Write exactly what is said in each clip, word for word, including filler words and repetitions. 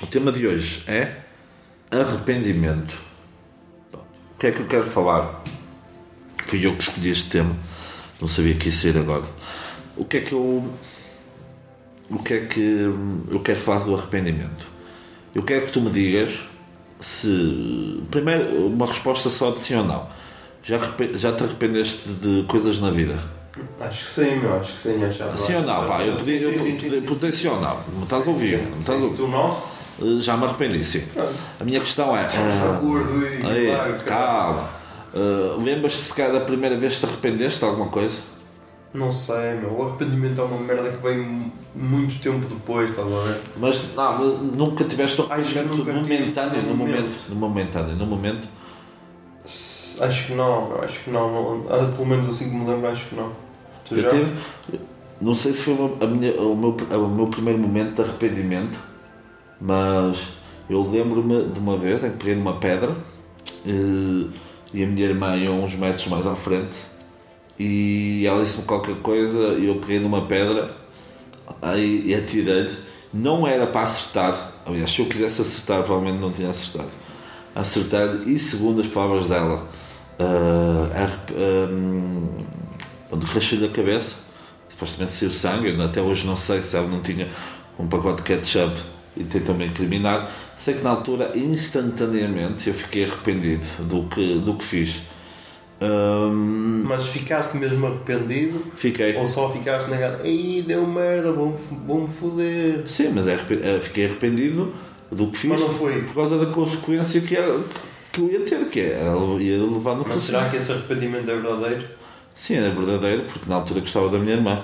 O tema de hoje é arrependimento. Pronto. O que é que eu quero falar? Fui eu que escolhi este tema, não sabia que ia ser agora. O que é que eu o que é que eu quero falar do arrependimento? Eu quero que tu me digas se, primeiro, uma resposta só de sim ou não. Já, já te arrependeste de coisas na vida? Acho que sim, meu, acho que sim. Acho sim ou não, pá, eu pedi, sim, eu sim, sim, sim, potencial, não me estás a ouvir, sim, não me estás a ouvir. Tu não? Já me arrependi, sim. A minha questão é. Acordo e. Aí, calma. Uh, Lembras-te se calhar da primeira vez que te arrependeste de alguma coisa? Não sei, meu. O arrependimento é uma merda que vem muito tempo depois, estás a ver? Mas não, nunca tiveste o arrependimento nunca momentâneo, tive, no no momento. momento. No momentâneo, no momento. Acho que não, meu. Acho que não, não. Ah, pelo menos assim que me lembro, acho que não. Tu Eu já? tive, não sei se foi a minha, o, meu, o meu primeiro momento de arrependimento, mas eu lembro-me de uma vez em que peguei numa pedra e, e a minha irmã ia uns metros mais à frente e ela disse-me qualquer coisa e eu peguei numa pedra aí, e atirei-lhe. Não era para acertar, aliás, se eu quisesse acertar provavelmente não tinha acertado. Acertar-lhe e segundo as palavras dela uh, um, quando rachei-lhe a cabeça, supostamente saiu sangue. Eu até hoje não sei se ela não tinha um pacote de ketchup e tentou-me incriminar. Sei que na altura, instantaneamente, eu fiquei arrependido do que, do que fiz. Um, Mas ficaste mesmo arrependido? Fiquei. Ou só ficaste negado? Ei, deu merda, vou-me vou foder. Sim, mas é, fiquei arrependido do que fiz. Mas não foi? Por causa da consequência que, era, que eu ia ter, que era ia levar no Mas será que esse arrependimento é verdadeiro? Sim, era verdadeiro, porque na altura gostava da minha irmã.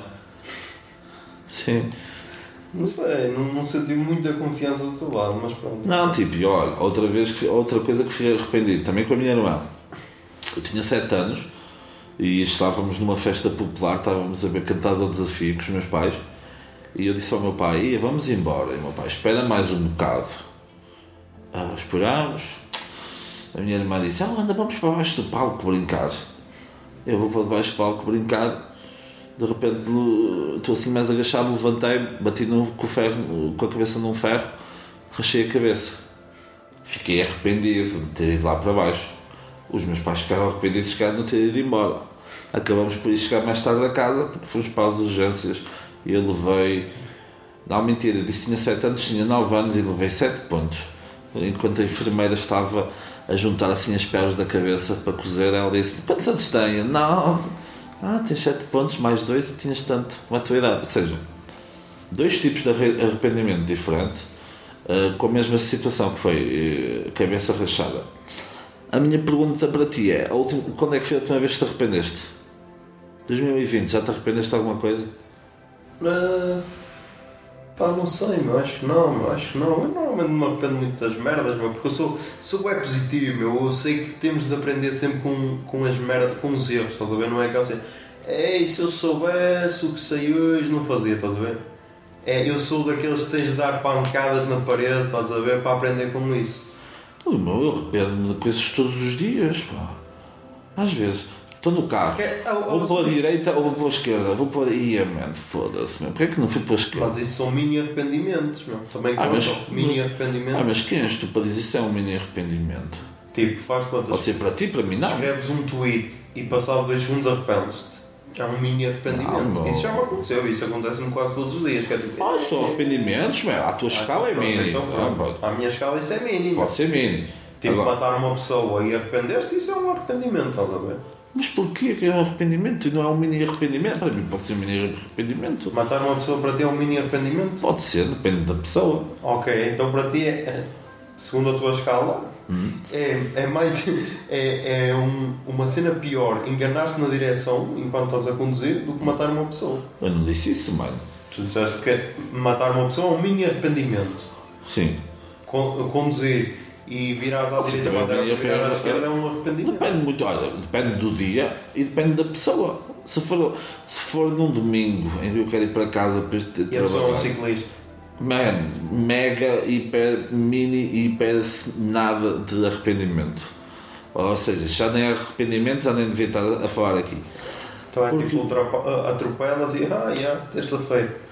Sim. Não sei, não, não senti muita confiança do teu lado, mas pronto. Não, tipo, olha, outra vez, outra coisa que fiquei arrependido, também com a minha irmã. Eu tinha sete anos e estávamos numa festa popular, estávamos a ver Cantares ao Desafio com os meus pais e eu disse ao meu pai, Ia, vamos embora. E o meu pai, espera mais um bocado. Ah, esperámos. A minha irmã disse, ah, anda, vamos para baixo do palco brincar. Eu vou para debaixo do palco brincar. De repente estou assim mais agachado, levantei, bati no, com, o ferro, com a cabeça num ferro, rachei a cabeça. Fiquei arrependido de ter ido lá para baixo. Os meus pais ficaram arrependidos de não ter ido embora. Acabamos por ir chegar mais tarde a casa porque fomos para as urgências e eu levei, não, mentira, disse que tinha sete anos, tinha nove anos e levei sete pontos. Enquanto a enfermeira estava a juntar assim as pernas da cabeça para cozer, ela disse-me, quantos anos tem? Não, ah, tens sete pontos mais dois e tinhas tanto como a tua idade. Ou seja, dois tipos de arrependimento diferentes, uh, com a mesma situação que foi uh, cabeça rachada. A minha pergunta para ti é, a última, quando é que foi a última vez que te arrependeste? dois mil e vinte, já te arrependeste de alguma coisa? Uh, pá, não sei, meu, acho que não, meu, acho que não. Eu normalmente não me arrependo muito das merdas, meu, porque eu sou, sou bem positivo, meu. Eu sei que temos de aprender sempre com, com as merdas, com os erros, estás a ver? Não é aquela assim, ei, se eu soubesse o que sei hoje, não fazia, estás a ver? É, eu sou daqueles que tens de dar pancadas na parede, estás a ver, para aprender com isso. Ui, meu, eu arrependo-me de coisas todos os dias, pá. Às vezes, estou no carro, quer, vou pela direita ou vou pela esquerda, vou pela... Ia, man, foda-se, meu. Porquê é que não fui pela esquerda? Mas isso são mini arrependimentos, meu. Também ah, mas, mini arrependimentos. Ah, mas quem és tu para dizer isso é um mini arrependimento? Tipo, faz quantas... Pode ser para ti, para mim não. Escreves um tweet e passado dois segundos arrependes-te. É um mini arrependimento. Não, isso já me aconteceu, isso acontece-me quase todos os dias. Que é tipo, ah, são arrependimentos, meu. A tua ah, escala então, é mini. Então, ah, a minha escala isso é mini. Pode ser mini. Tipo, agora, matar uma pessoa e arrepender-te, isso é um arrependimento, estás a ver? Mas porquê que é um arrependimento e não é um mini arrependimento? Para mim pode ser um mini arrependimento. Matar uma pessoa para ti é um mini arrependimento? Pode ser, depende da pessoa. Ok, então para ti é, segundo a tua escala, hum. é, é mais é, é um, uma cena pior enganar-te na direção enquanto estás a conduzir do que matar uma pessoa. Eu não disse isso, mano. Tu disseste que matar uma pessoa é um mini arrependimento. Sim. Con- conduzir e virares à direita e virar à esquerda é um arrependimento. Depende muito, olha, depende do dia e depende da pessoa. Se for, se for num domingo em que eu quero ir para casa para este trabalhar. E a pessoa é um ciclista. Man, mega, hiper, mini, hiper, nada de arrependimento. Ou seja, já nem é arrependimento, já nem devia estar a falar aqui. Então é porque... tipo, atropelas e, ah, yeah, terça-feira.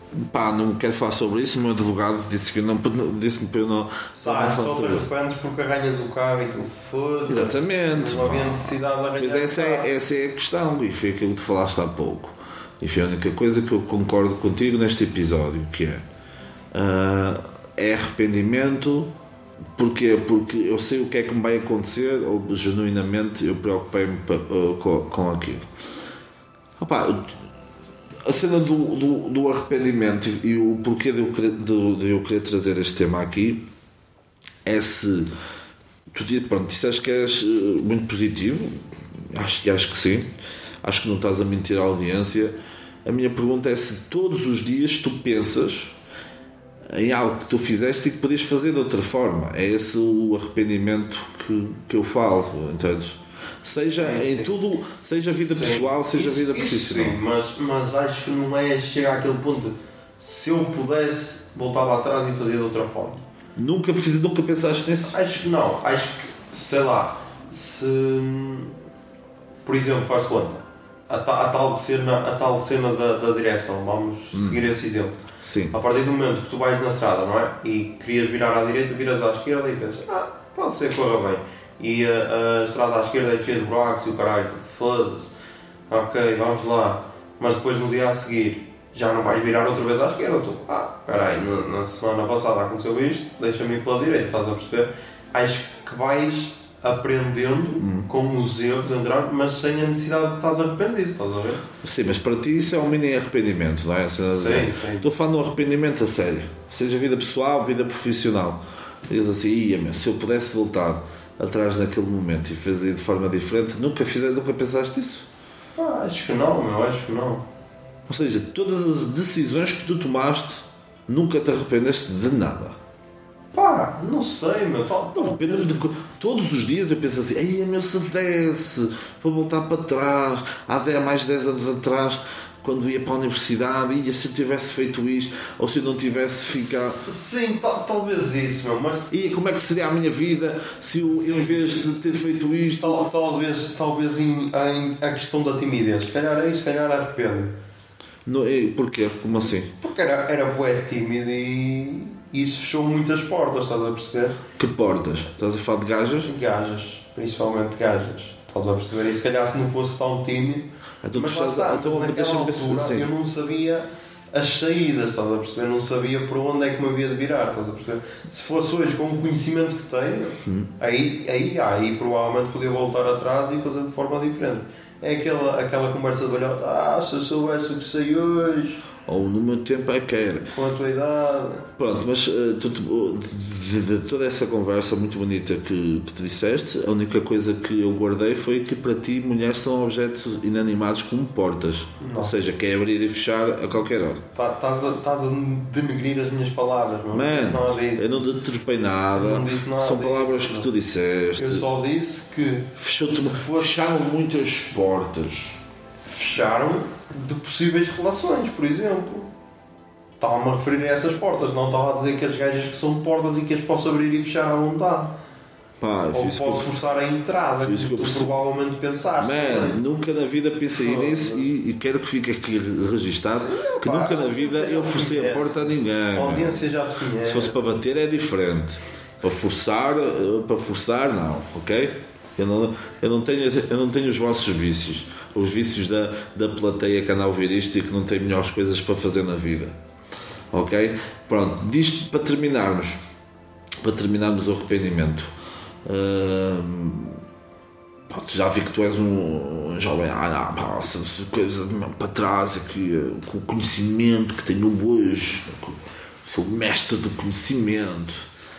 Pá, não quero falar sobre isso. O meu advogado disse que não, disse-me para eu não. Sabes, não só te arrependes arrependes porque arranhas o carro e tu foda-se. Exatamente. Não havia necessidade de arranhar. Pois essa é, essa é a questão, e foi aquilo que tu falaste há pouco. E foi a única coisa que eu concordo contigo neste episódio, que é, uh, é arrependimento. Porquê? Porque eu sei o que é que me vai acontecer, ou genuinamente eu preocupei-me uh, com, com aquilo. Opa, a cena do, do, do arrependimento e o porquê de eu, querer, de, de eu querer trazer este tema aqui é se tu pronto, disseste que és muito positivo, acho, acho que sim, acho que não estás a mentir à audiência. A minha pergunta é se todos os dias tu pensas em algo que tu fizeste e que podias fazer de outra forma. É esse o arrependimento que, que eu falo, entendes? Seja sim, em sim. tudo, seja vida sim. pessoal, seja isso, vida profissional. Sim, mas, mas acho que não é chegar àquele ponto. Se eu pudesse, voltava atrás e fazia de outra forma. Nunca, fiz, nunca pensaste nisso? Acho que não. Acho que, sei lá, se, por exemplo, faz conta, a, ta, a tal cena, a tal cena da, da direção, vamos hum. seguir esse exemplo. Sim. A partir do momento que tu vais na estrada, não é? E querias virar à direita, viras à esquerda e pensas, ah, pode ser que corra bem. E a, a estrada à esquerda é cheia de buracos e o caralho, foda-se. Ok, vamos lá. Mas depois no dia a seguir já não vais virar outra vez à esquerda. Tu, ah, caralho, na, na semana passada aconteceu isto, deixa-me ir pela direita, estás a perceber? Acho que vais aprendendo hum. com os erros, entrar, mas sem a necessidade de estás arrependido, estás a ver? Sim, mas para ti isso é um mini arrependimento, não é? Sim, sim. Estou falando de um arrependimento a sério, seja vida pessoal, vida profissional. Diz assim, ia, meu, se eu pudesse voltar atrás naquele momento e fazer de forma diferente, nunca fizer, nunca pensaste nisso? Ah, acho que não, meu, acho que não. Ou seja, todas as decisões que tu tomaste, nunca te arrependeste de nada. Pá, não sei, meu. Tal, tal, arrependo-me de... Todos os dias eu penso assim, ai, meu, se desse, vou voltar para trás. Há dez, mais de dez anos atrás, quando ia para a universidade, ia, se eu tivesse feito isto, ou se eu não tivesse ficado... Sim, tal, talvez isso, meu, mas... E como é que seria a minha vida se eu, eu em vez de ter feito isto... Tal, talvez talvez em, em a questão da timidez, se calhar é isso, se calhar arrependo. Não, e porquê? Como assim? Porque era, era bué tímido e... isso fechou muitas portas, estás a perceber? Que portas? Estás a falar de gajas? Gajas, principalmente gajas. Estás a perceber? E se calhar se não fosse tão tímido... Então, mas lá está, então, naquela altura assim. eu não sabia as saídas, estás a perceber? Não sabia por onde é que me havia de virar, estás a perceber? Se fosse hoje com o conhecimento que tenho, hum. aí, aí, aí provavelmente podia voltar atrás e fazer de forma diferente. É aquela, aquela conversa de olhar, ah, se eu soubesse o que sei hoje... ou no meu tempo é que era. Com a tua idade. Pronto, mas uh, tu, de, de toda essa conversa muito bonita que, que tu disseste, a única coisa que eu guardei foi que para ti mulheres são objetos inanimados como portas. Não. Ou seja, que é abrir e fechar a qualquer hora. Estás a, a denegrir as minhas palavras, não disse nada disso. Eu não te detropei nada. Não disse nada são disso, palavras que não. tu disseste. Eu só disse que Fechou-te, fosse... fecharam muitas portas. Fecharam de possíveis relações, por exemplo. Estava-me a referir a essas portas, não estava a dizer que as gajas que são portas e que as posso abrir e fechar à vontade. Pá, ou posso que... forçar a entrada, que, que tu provavelmente pensaste. Man, nunca na vida pensei oh, nisso mas... e, e quero que fique aqui registado. Sim, que pá, nunca na vida eu forcei a porta a ninguém. A audiência já te conhece. Se fosse para bater é diferente. Para forçar, para forçar não, ok? Eu não, eu não, tenho, eu não tenho os vossos vícios. Os vícios da, da plateia que anda a ouvir isto e que não tem melhores coisas para fazer na vida. Ok? Pronto, disto para terminarmos. Para terminarmos o arrependimento. Hum, já vi que tu és um, um jovem. Ah, pá, coisa para trás aqui, com o conhecimento que tenho hoje. Sou mestre do conhecimento.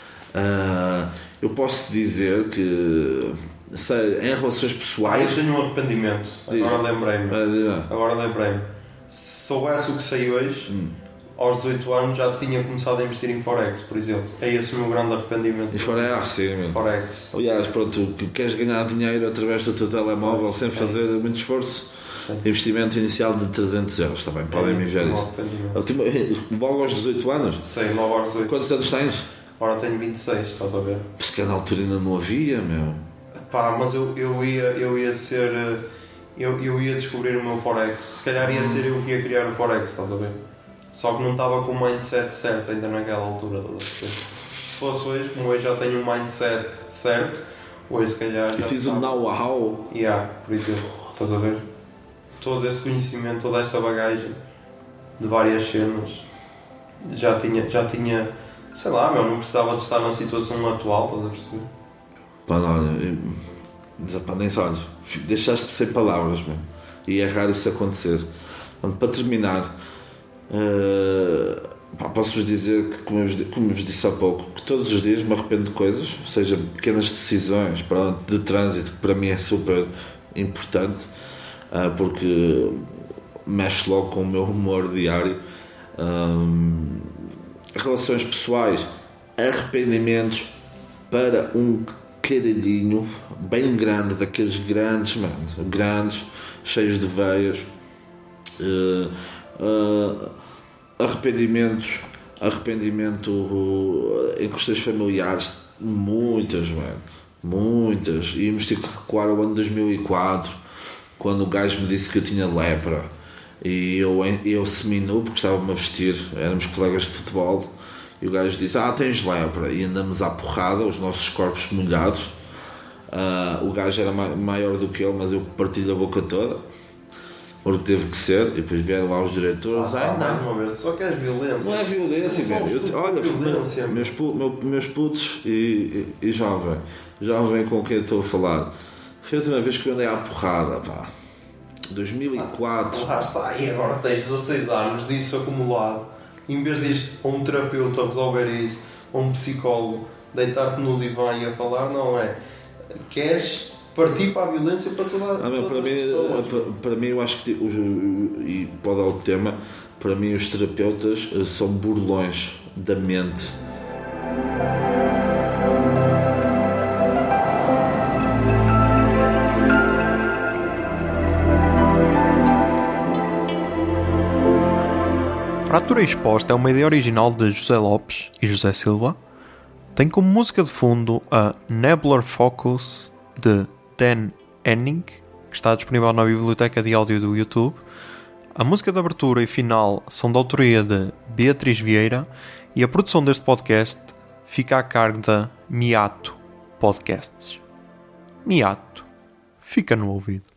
Uh, eu posso dizer que. Sei, em relações pessoais. Ah, eu tenho um arrependimento. Agora lembrei-me. Agora lembrei-me. Se soubesse o que sei hoje, hum. aos dezoito anos já tinha começado a investir em Forex, por exemplo. É esse o meu grande arrependimento. E Forex, sim. Forex. Aliás, pronto, que queres ganhar dinheiro através do teu telemóvel sem fazer é muito esforço. Sim. Investimento inicial de trezentos euros, está bem, podem me enviar isso. Logo aos dezoito anos? Sim, logo aos dezoito. Quantos anos tens? Agora tenho vinte e seis, estás a ver? Mas que na altura ainda não havia, meu. Pá, mas eu, eu, ia, eu ia ser. Eu, eu ia descobrir o meu Forex. Se calhar ia ser eu que ia criar o Forex, estás a ver? Só que não estava com o mindset certo ainda naquela altura. Se fosse hoje, como hoje já tenho um mindset certo, hoje se calhar já... E fiz um know-how. Yeah, por exemplo, estás a ver? Todo este conhecimento, toda esta bagagem de várias cenas, já tinha, já tinha, sei lá, meu, não precisava de estar na situação atual, estás a perceber? Pá, olha, pá, nem sabes, deixaste-me sem palavras, meu. E é raro isso acontecer. Para terminar, uh, pá, posso-vos dizer que, como eu, vos, como eu vos disse há pouco, que todos os dias me arrependo de coisas, seja pequenas decisões, pronto, de trânsito, que para mim é super importante, uh, porque mexe logo com o meu humor diário. Um, relações pessoais, arrependimentos para um caralhinho bem grande, daqueles grandes, mano, grandes, cheios de veias. Uh, uh, arrependimentos arrependimento uh, em questões familiares, muitas, mano, muitas. Íamos ter que recuar ao ano dois mil e quatro, quando o gajo me disse que eu tinha lepra e eu, eu seminu porque estava-me a vestir, éramos colegas de futebol, e o gajo disse, ah, tens lepra, e andamos à porrada, os nossos corpos molhados. Uh, o gajo era ma- maior do que eu, mas eu partilho a boca toda, porque teve que ser, e depois vieram lá os diretores. Ah, ah, mais uma vez, só queres violência. Não é violência, velho. Eu, olha, violência. Meus, meu, meus putos e, e, e jovem, jovem com quem eu estou a falar, foi a última vez que eu andei à porrada, pá. dois mil e quatro. Ah, lá está, e agora tens dezasseis anos disso acumulado. Em vez de ir a um terapeuta resolver isso, ou um psicólogo, deitar-te no divã e a falar, não é? Queres partir para a violência para toda, ah, todas para as mim, pessoas. Para, para mim, eu acho que, e pode dar o tema, para mim os terapeutas são burlões da mente. Fratura Exposta é uma ideia original de José Lopes e José Silva. Tem como música de fundo a Nebular Focus de Dan Henning, que está disponível na biblioteca de áudio do YouTube. A música de abertura e final são da autoria de Beatriz Vieira e a produção deste podcast fica a cargo da Miato Podcasts. Miato, fica no ouvido.